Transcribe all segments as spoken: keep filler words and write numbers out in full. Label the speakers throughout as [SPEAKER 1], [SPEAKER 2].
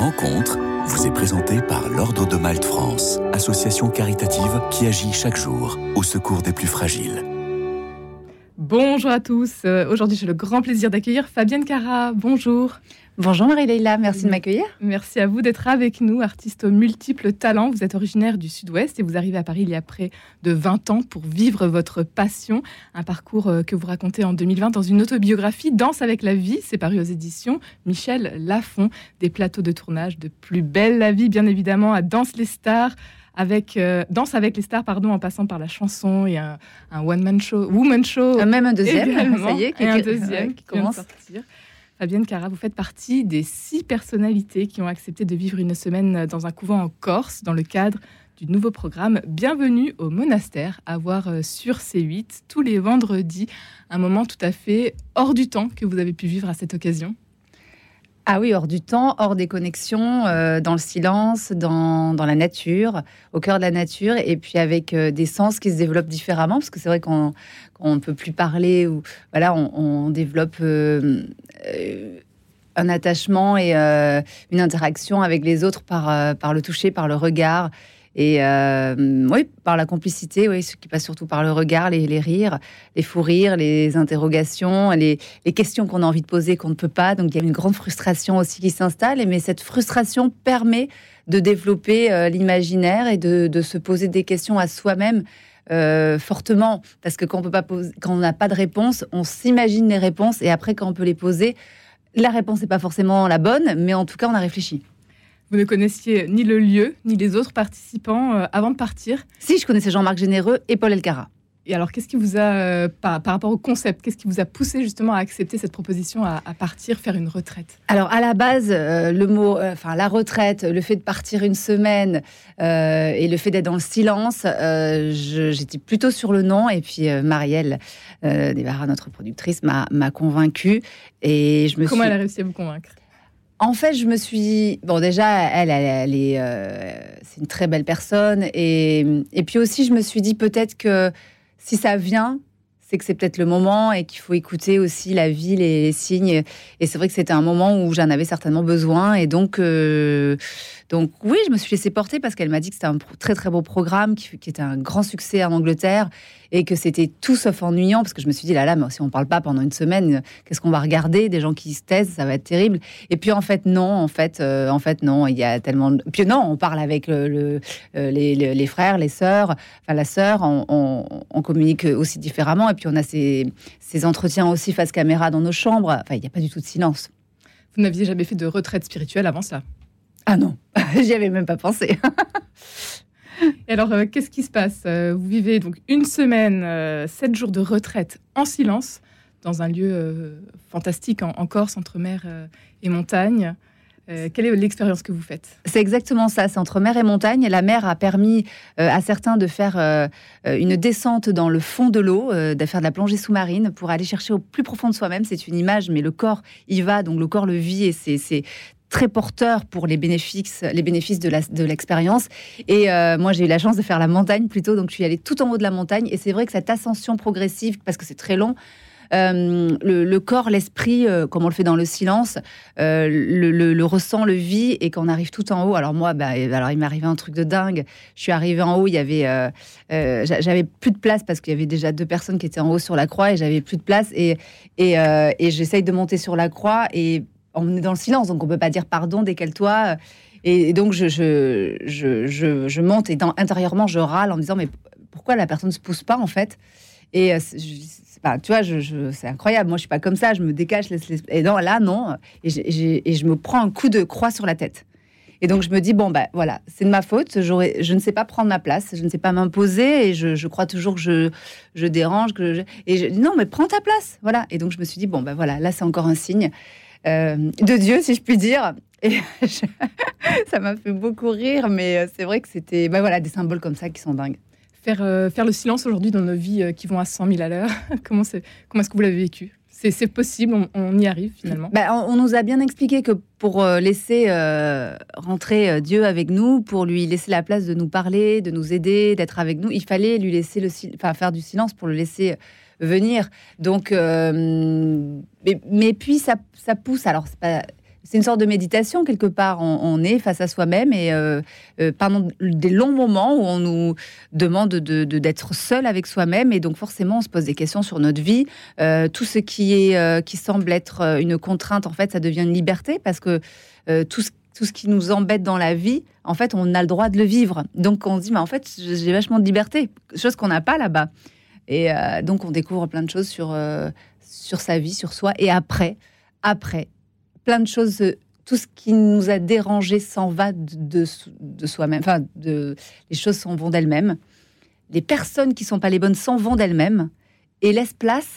[SPEAKER 1] rencontre vous est présentée par l'Ordre de Malte France, association caritative qui agit chaque jour au secours des plus fragiles.
[SPEAKER 2] Bonjour à tous. Euh, aujourd'hui, j'ai le grand plaisir d'accueillir Fabienne Cara. Bonjour.
[SPEAKER 3] Bonjour Marie-Leila, merci de m'accueillir.
[SPEAKER 2] Merci à vous d'être avec nous, artiste aux multiples talents. Vous êtes originaire du Sud-Ouest et vous arrivez à Paris il y a près de vingt ans pour vivre votre passion. Un parcours que vous racontez en deux mille vingt dans une autobiographie, Danse avec la vie. C'est paru aux éditions Michel Lafon. Des plateaux de tournage de Plus belle la vie, bien évidemment, à Danse les stars. Avec euh, Danse avec les stars, pardon, en passant par la chanson et un, un one-man show, woman show.
[SPEAKER 3] Euh, même un deuxième,
[SPEAKER 2] également,
[SPEAKER 3] ça y est,
[SPEAKER 2] et un deuxième
[SPEAKER 3] ouais,
[SPEAKER 2] qui
[SPEAKER 3] commence.
[SPEAKER 2] vient de sortir. Fabienne Cara, vous faites partie des six personnalités qui ont accepté de vivre une semaine dans un couvent en Corse dans le cadre du nouveau programme Bienvenue au monastère, à voir sur C huit tous les vendredis. Un moment tout à fait hors du temps que vous avez pu vivre à cette occasion.
[SPEAKER 3] Ah oui, hors du temps, hors des connexions, euh, dans le silence, dans, dans la nature, au cœur de la nature, et puis avec euh, des sens qui se développent différemment, parce que c'est vrai qu'on ne peut plus parler, ou voilà, on, on développe euh, euh, un attachement et euh, une interaction avec les autres par, euh, par le toucher, par le regard, et euh, oui, par la complicité, oui, ce qui passe surtout par le regard, les, les rires, les fous rires, les interrogations, les, les questions qu'on a envie de poser, qu'on ne peut pas. Donc il y a une grande frustration aussi qui s'installe, mais cette frustration permet de développer euh, l'imaginaire et de, de se poser des questions à soi-même euh, fortement. Parce que quand on peut pas poser, quand on n'a pas de réponse, on s'imagine les réponses, et après quand on peut les poser, la réponse n'est pas forcément la bonne, mais en tout cas on a réfléchi.
[SPEAKER 2] Vous ne connaissiez ni le lieu, ni les autres participants euh, avant de partir.
[SPEAKER 3] Si, je connaissais Jean-Marc Généreux et Paul Elkarat.
[SPEAKER 2] Et alors, qu'est-ce qui vous a, euh, par, par rapport au concept, qu'est-ce qui vous a poussé justement à accepter cette proposition, à, à partir faire une retraite ?
[SPEAKER 3] Alors, à la base, euh, le mot, euh, enfin, la retraite, le fait de partir une semaine euh, et le fait d'être dans le silence, euh, je, j'étais plutôt sur le non. Et puis, euh, Marielle euh, Desbarras, notre productrice, m'a, m'a convaincue. Et je me
[SPEAKER 2] Comment
[SPEAKER 3] suis...
[SPEAKER 2] elle a réussi à vous convaincre ?
[SPEAKER 3] En fait, je me suis... Bon, déjà, elle, elle, elle est... Euh, c'est une très belle personne. Et, et puis aussi, je me suis dit peut-être que si ça vient, c'est que c'est peut-être le moment et qu'il faut écouter aussi la vie, les, les signes. Et c'est vrai que c'était un moment où j'en avais certainement besoin. Et donc, euh, donc oui, je me suis laissée porter parce qu'elle m'a dit que c'était un très, très beau programme qui, qui était un grand succès en Angleterre et que c'était tout sauf ennuyant, parce que je me suis dit, là, là, mais si on ne parle pas pendant une semaine, qu'est-ce qu'on va regarder ? Des gens qui se taisent, ça va être terrible. Et puis, en fait, non, en fait, euh, en fait, non, il y a tellement... De... Puis non, on parle avec le, le, les, les, les frères, les sœurs, enfin, la sœur, on, on, on communique aussi différemment, et puis on a ces, ces entretiens aussi face caméra dans nos chambres. Enfin, il n'y a pas du tout de silence.
[SPEAKER 2] Vous n'aviez jamais fait de retraite spirituelle avant ça ?
[SPEAKER 3] Ah non, j'y avais même pas pensé.
[SPEAKER 2] Et alors, euh, qu'est-ce qui se passe ? euh, Vous vivez donc une semaine, euh, sept jours de retraite en silence, dans un lieu euh, fantastique en, en Corse, entre mer euh, et montagne. Euh, quelle est l'expérience que vous faites ?
[SPEAKER 3] C'est exactement ça, c'est entre mer et montagne. La mer a permis euh, à certains de faire euh, une descente dans le fond de l'eau, euh, de faire de la plongée sous-marine pour aller chercher au plus profond de soi-même. C'est une image, mais le corps y va, donc le corps le vit, et c'est... c'est très porteur pour les bénéfices, les bénéfices de, la, de l'expérience. Et euh, moi, j'ai eu la chance de faire la montagne plutôt, donc je suis allée tout en haut de la montagne. Et c'est vrai que cette ascension progressive, parce que c'est très long, euh, le, le corps, l'esprit, euh, comme on le fait dans le silence, euh, le, le, le ressent, le vit. Et quand on arrive tout en haut, alors moi, bah, alors il m'est arrivé un truc de dingue. Je suis arrivée en haut, il y avait, euh, euh, j'avais plus de place parce qu'il y avait déjà deux personnes qui étaient en haut sur la croix et j'avais plus de place. Et, et, euh, et j'essaye de monter sur la croix et on est dans le silence, donc on peut pas dire pardon, décale-toi. Et donc je, je, je, je, je monte et dans, intérieurement je râle en me disant mais pourquoi la personne ne se pousse pas en fait ? Et je, bah, tu vois, je, je, c'est incroyable. Moi je suis pas comme ça, je me décache, laisse les... et non là non. Et, j'ai, et je me prends un coup de croix sur la tête. Et donc je me dis bon bah voilà, c'est de ma faute. J'aurais, je ne sais pas prendre ma place, je ne sais pas m'imposer et je, je crois toujours que je, je dérange, que je, et je dis non mais prends ta place, voilà. Et donc je me suis dit bon bah voilà, là c'est encore un signe. Euh, de Dieu, si je puis dire. Et je... ça m'a fait beaucoup rire, mais c'est vrai que c'était bah voilà, des symboles comme ça qui sont dingues.
[SPEAKER 2] Faire, euh, faire le silence aujourd'hui dans nos vies euh, qui vont à cent mille à l'heure, comment, c'est, comment est-ce que vous l'avez vécu ? c'est, c'est possible, on, on y arrive finalement.
[SPEAKER 3] Bah, on, on nous a bien expliqué que pour euh, laisser euh, rentrer euh, Dieu avec nous, pour lui laisser la place de nous parler, de nous aider, d'être avec nous, il fallait lui laisser le sil- enfin, faire du silence pour le laisser venir. Donc, euh, mais, mais puis ça, ça pousse. Alors, c'est pas c'est une sorte de méditation quelque part. On, on est face à soi-même et euh, euh, pendant des longs moments où on nous demande de, de, d'être seul avec soi-même et donc forcément on se pose des questions sur notre vie. Euh, tout ce qui est euh, qui semble être une contrainte, en fait, ça devient une liberté parce que euh, tout ce tout ce qui nous embête dans la vie, en fait, on a le droit de le vivre. Donc on se dit, mais en fait, j'ai vachement de liberté, chose qu'on n'a pas là-bas. Et euh, donc on découvre plein de choses sur euh, sur sa vie, sur soi. Et après, après, plein de choses. Euh, tout ce qui nous a dérangé s'en va de, de, de soi-même. Enfin, de, les choses s'en vont d'elles-mêmes. Les personnes qui sont pas les bonnes s'en vont d'elles-mêmes et laissent place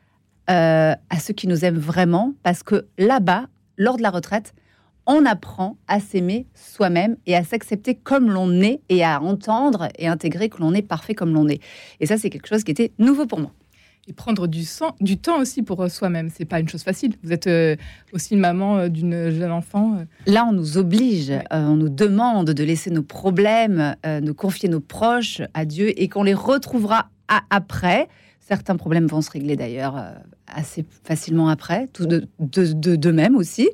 [SPEAKER 3] euh, à ceux qui nous aiment vraiment. Parce que là-bas, lors de la retraite, on apprend à s'aimer soi-même et à s'accepter comme l'on est et à entendre et intégrer que l'on est parfait comme l'on est. Et ça, c'est quelque chose qui était nouveau pour moi.
[SPEAKER 2] Et prendre du, sang, du temps aussi pour soi-même, c'est pas une chose facile. Vous êtes euh, aussi maman euh, d'une jeune enfant. Euh.
[SPEAKER 3] Là, on nous oblige, ouais. euh, on nous demande de laisser nos problèmes, euh, de confier nos proches à Dieu et qu'on les retrouvera à, après. Certains problèmes vont se régler d'ailleurs euh, assez facilement après, tout de, de, de, d'eux-mêmes aussi.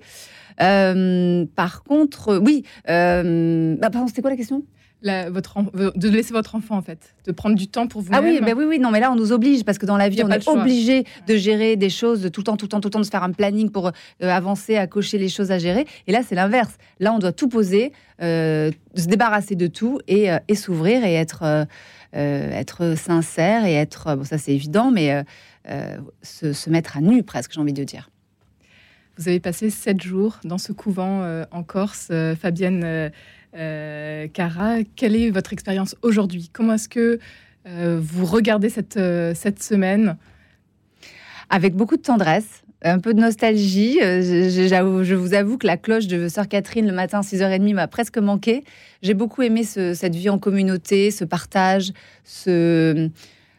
[SPEAKER 3] Euh, par contre, oui. Euh, bah, pardon, c'était quoi la question ?
[SPEAKER 2] La, votre, de laisser votre enfant, en fait, de prendre du temps pour vous-même.
[SPEAKER 3] Ah oui, bah oui, oui, non, mais là, on nous oblige, parce que dans la vie, on est obligé de gérer des choses, de tout le temps, tout le temps, tout le temps, de se faire un planning pour euh, avancer, à cocher les choses à gérer. Et là, c'est l'inverse. Là, on doit tout poser, euh, se débarrasser de tout et, euh, et s'ouvrir et être, euh, euh, être sincère et être, bon, ça c'est évident, mais euh, euh, se, se mettre à nu, presque, j'ai envie de dire.
[SPEAKER 2] Vous avez passé sept jours dans ce couvent euh, en Corse, euh, Fabienne euh, euh, Cara. Quelle est votre expérience aujourd'hui ? Comment est-ce que euh, vous regardez cette, euh, cette semaine ?
[SPEAKER 3] Avec beaucoup de tendresse, un peu de nostalgie. Euh, je, je vous avoue que la cloche de Sœur Catherine le matin à six heures trente m'a presque manqué. J'ai beaucoup aimé ce, cette vie en communauté, ce partage, ce...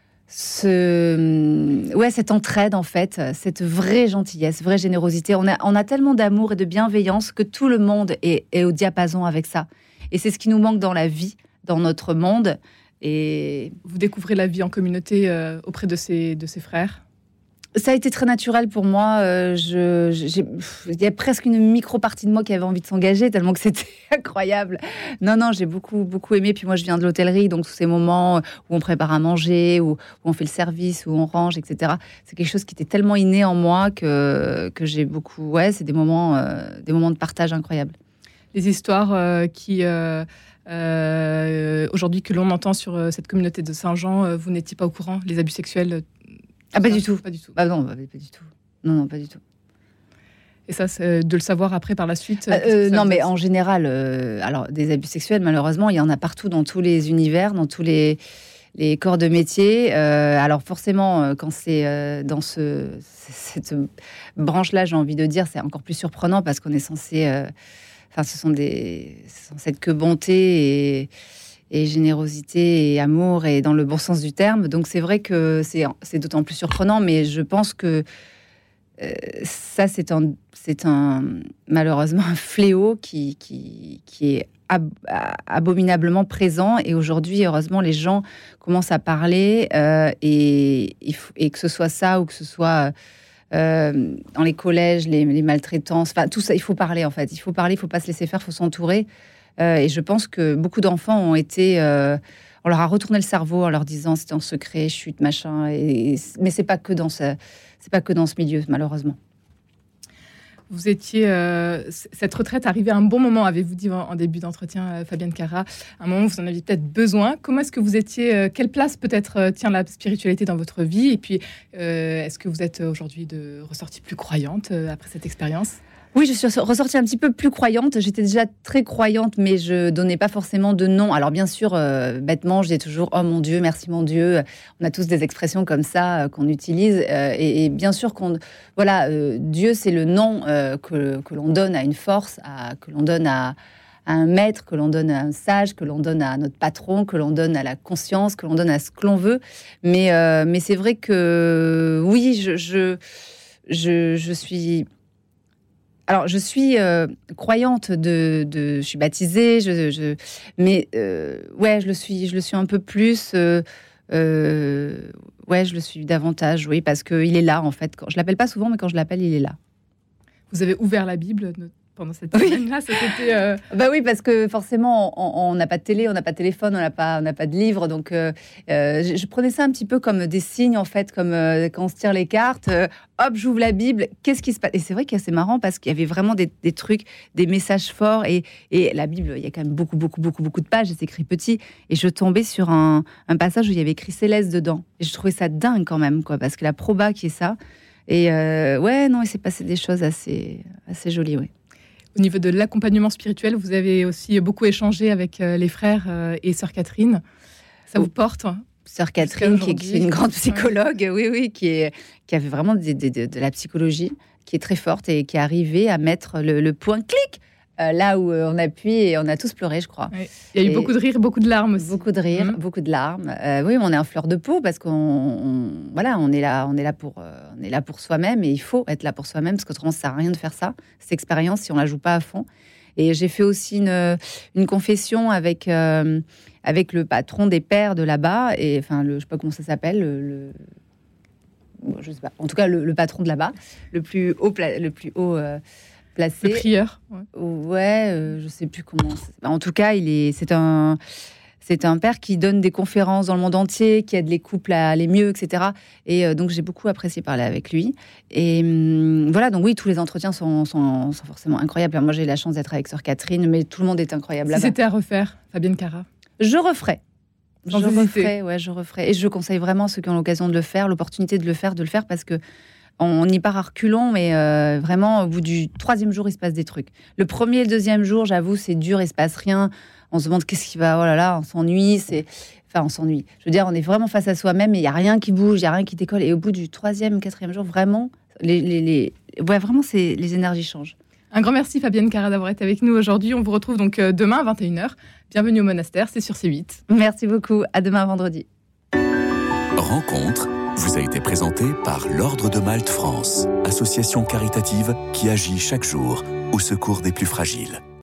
[SPEAKER 3] Ce... Ouais, cette entraide, en fait, cette vraie gentillesse, vraie générosité. On a, on a tellement d'amour et de bienveillance que tout le monde est, est au diapason avec ça. Et c'est ce qui nous manque dans la vie, dans notre monde. Et
[SPEAKER 2] vous découvrez la vie en communauté euh, auprès de ses, de ses frères ?
[SPEAKER 3] Ça a été très naturel pour moi. Euh, je, j'ai, il y a presque une micro-partie de moi qui avait envie de s'engager, tellement que c'était incroyable. Non, non, j'ai beaucoup, beaucoup aimé. Puis moi, je viens de l'hôtellerie, donc tous ces moments où on prépare à manger, où, où on fait le service, où on range, et cetera. C'est quelque chose qui était tellement inné en moi que, que j'ai beaucoup... Ouais, c'est des moments, euh, des moments de partage incroyables.
[SPEAKER 2] Les histoires euh, qui... Euh... Euh, aujourd'hui que l'on entend sur euh, cette communauté de Saint-Jean, euh, vous n'étiez pas au courant, les abus sexuels euh,
[SPEAKER 3] Ah, pas du tout.
[SPEAKER 2] Pas du tout.
[SPEAKER 3] Bah non, pas du tout. Non, non, pas du tout.
[SPEAKER 2] Et ça, c'est de le savoir après par la suite.
[SPEAKER 3] Euh, euh, non, mais en général, euh, alors des abus sexuels, malheureusement, il y en a partout dans tous les univers, dans tous les, les corps de métier. Euh, alors forcément, quand c'est euh, dans ce, cette branche-là, j'ai envie de dire, c'est encore plus surprenant parce qu'on est censé... Euh, enfin, ce sont des... C'est censé être que bonté et... et générosité et amour, et dans le bon sens du terme. Donc c'est vrai que c'est, c'est d'autant plus surprenant, mais je pense que euh, ça, c'est un, c'est un, malheureusement un fléau qui, qui, qui est ab- abominablement présent. Et aujourd'hui, heureusement, les gens commencent à parler, euh, et, et, et que ce soit ça ou que ce soit... Euh, dans les collèges, les, les maltraitances, enfin tout ça, il faut parler en fait. Il faut parler, il ne faut pas se laisser faire, il faut s'entourer. Euh, et je pense que beaucoup d'enfants ont été... Euh, on leur a retourné le cerveau en leur disant c'était en secret, chute, machin. Et, et, mais c'est pas que dans ce, c'est pas que dans ce milieu, malheureusement.
[SPEAKER 2] Vous étiez... Euh, cette retraite arrivait à un bon moment, avez-vous dit en, en début d'entretien, euh, Fabienne Cara. Un moment où vous en aviez peut-être besoin. Comment est-ce que vous étiez... Euh, quelle place peut-être euh, tient la spiritualité dans votre vie ? Et puis, euh, est-ce que vous êtes aujourd'hui de ressortie plus croyante euh, après cette expérience ?
[SPEAKER 3] Oui, je suis ressortie un petit peu plus croyante. J'étais déjà très croyante, mais je donnais pas forcément de nom. Alors bien sûr, euh, bêtement, je disais toujours « Oh mon Dieu, merci mon Dieu ». On a tous des expressions comme ça euh, qu'on utilise. Euh, et, et bien sûr, qu'on, voilà, euh, Dieu, c'est le nom euh, que, que l'on donne à une force, à, que l'on donne à, à un maître, que l'on donne à un sage, que l'on donne à notre patron, que l'on donne à la conscience, que l'on donne à ce que l'on veut. Mais, euh, mais c'est vrai que, oui, je, je, je, je suis... Alors, je suis euh, croyante de, de... Je suis baptisée, je, je, mais euh, ouais, je le suis, je le suis un peu plus. Euh, euh, ouais, je le suis davantage, oui, parce qu'il est là, en fait. Quand, je ne l'appelle pas souvent, mais quand je l'appelle, il est là.
[SPEAKER 2] Vous avez ouvert la Bible pendant cette semaine-là. Oui. C'était, euh...
[SPEAKER 3] bah oui, parce que forcément, on n'a pas de télé, on n'a pas de téléphone, on n'a pas, on n'a pas de livre. Donc, euh, euh, je, je prenais ça un petit peu comme des signes, en fait, comme euh, quand on se tire les cartes. Euh, hop, j'ouvre la Bible. Qu'est-ce qui se passe? Et c'est vrai que c'est marrant parce qu'il y avait vraiment des, des trucs, des messages forts. Et, et la Bible, il y a quand même beaucoup, beaucoup, beaucoup, beaucoup de pages. C'est écrit petit. Et je tombais sur un, un passage où il y avait écrit Céleste dedans. Et je trouvais ça dingue quand même, quoi, parce que la proba qui est ça. Et euh, ouais, non, il s'est passé des choses assez, assez jolies, oui.
[SPEAKER 2] Au niveau de l'accompagnement spirituel, vous avez aussi beaucoup échangé avec les frères et sœur Catherine. Ça vous porte, hein?
[SPEAKER 3] Sœur Catherine, qui, qui est une grande psychologue, ouais. oui, oui, qui, est, qui avait vraiment de, de, de, de la psychologie, qui est très forte et qui est arrivée à mettre le, le point clic euh, là où on appuie, et on a tous pleuré, je crois.
[SPEAKER 2] Oui. Il y a eu et beaucoup de rire, beaucoup de larmes aussi.
[SPEAKER 3] Beaucoup de rire, mmh. beaucoup de larmes. Euh, oui, on est en fleur de peau parce qu'on, on, voilà, on est là, on est là pour, euh, on est là pour soi-même, et il faut être là pour soi-même parce qu'autrement, ça sert à rien de faire ça. Cette expérience, si on la joue pas à fond. Et j'ai fait aussi une, une confession avec, euh, avec le patron des pères de là-bas, et enfin, le, je sais pas comment ça s'appelle, le, le je sais pas. En tout cas, le, le patron de là-bas, le plus haut, pla- le plus haut euh, placé.
[SPEAKER 2] Le prieur. Ouais,
[SPEAKER 3] ouais euh, je sais plus comment. C'est. En tout cas, il est, c'est un. C'est un père qui donne des conférences dans le monde entier, qui aide les couples à aller mieux, et cetera. Et euh, donc, j'ai beaucoup apprécié parler avec lui. Et hum, voilà, donc oui, tous les entretiens sont, sont, sont forcément incroyables. Alors, moi, j'ai eu la chance d'être avec sœur Catherine, mais tout le monde est incroyable
[SPEAKER 2] si
[SPEAKER 3] là-bas.
[SPEAKER 2] Si c'était à refaire, Fabienne Cara?
[SPEAKER 3] Je referais.
[SPEAKER 2] Sans
[SPEAKER 3] je
[SPEAKER 2] hésiter.
[SPEAKER 3] referais, ouais, je referais. Et je conseille vraiment à ceux qui ont l'occasion de le faire, l'opportunité de le faire, de le faire, parce que on y part à reculons, mais euh, vraiment, au bout du troisième jour, il se passe des trucs. Le premier et le deuxième jour, j'avoue, c'est dur, il se passe rien. On se demande qu'est-ce qui va, oh là là, on s'ennuie, c'est... Enfin, on s'ennuie. Je veux dire, on est vraiment face à soi-même, et il n'y a rien qui bouge, il n'y a rien qui décolle. Et au bout du troisième, quatrième jour, vraiment, les, les, les... Ouais, vraiment, c'est... les énergies changent.
[SPEAKER 2] Un grand merci, Fabienne Cara, d'avoir été avec nous aujourd'hui. On vous retrouve donc demain à vingt et une heures. Bienvenue au Monastère, c'est sur C huit.
[SPEAKER 3] Merci beaucoup. À demain, vendredi.
[SPEAKER 1] Rencontre vous a été présentée par l'Ordre de Malte France, association caritative qui agit chaque jour au secours des plus fragiles.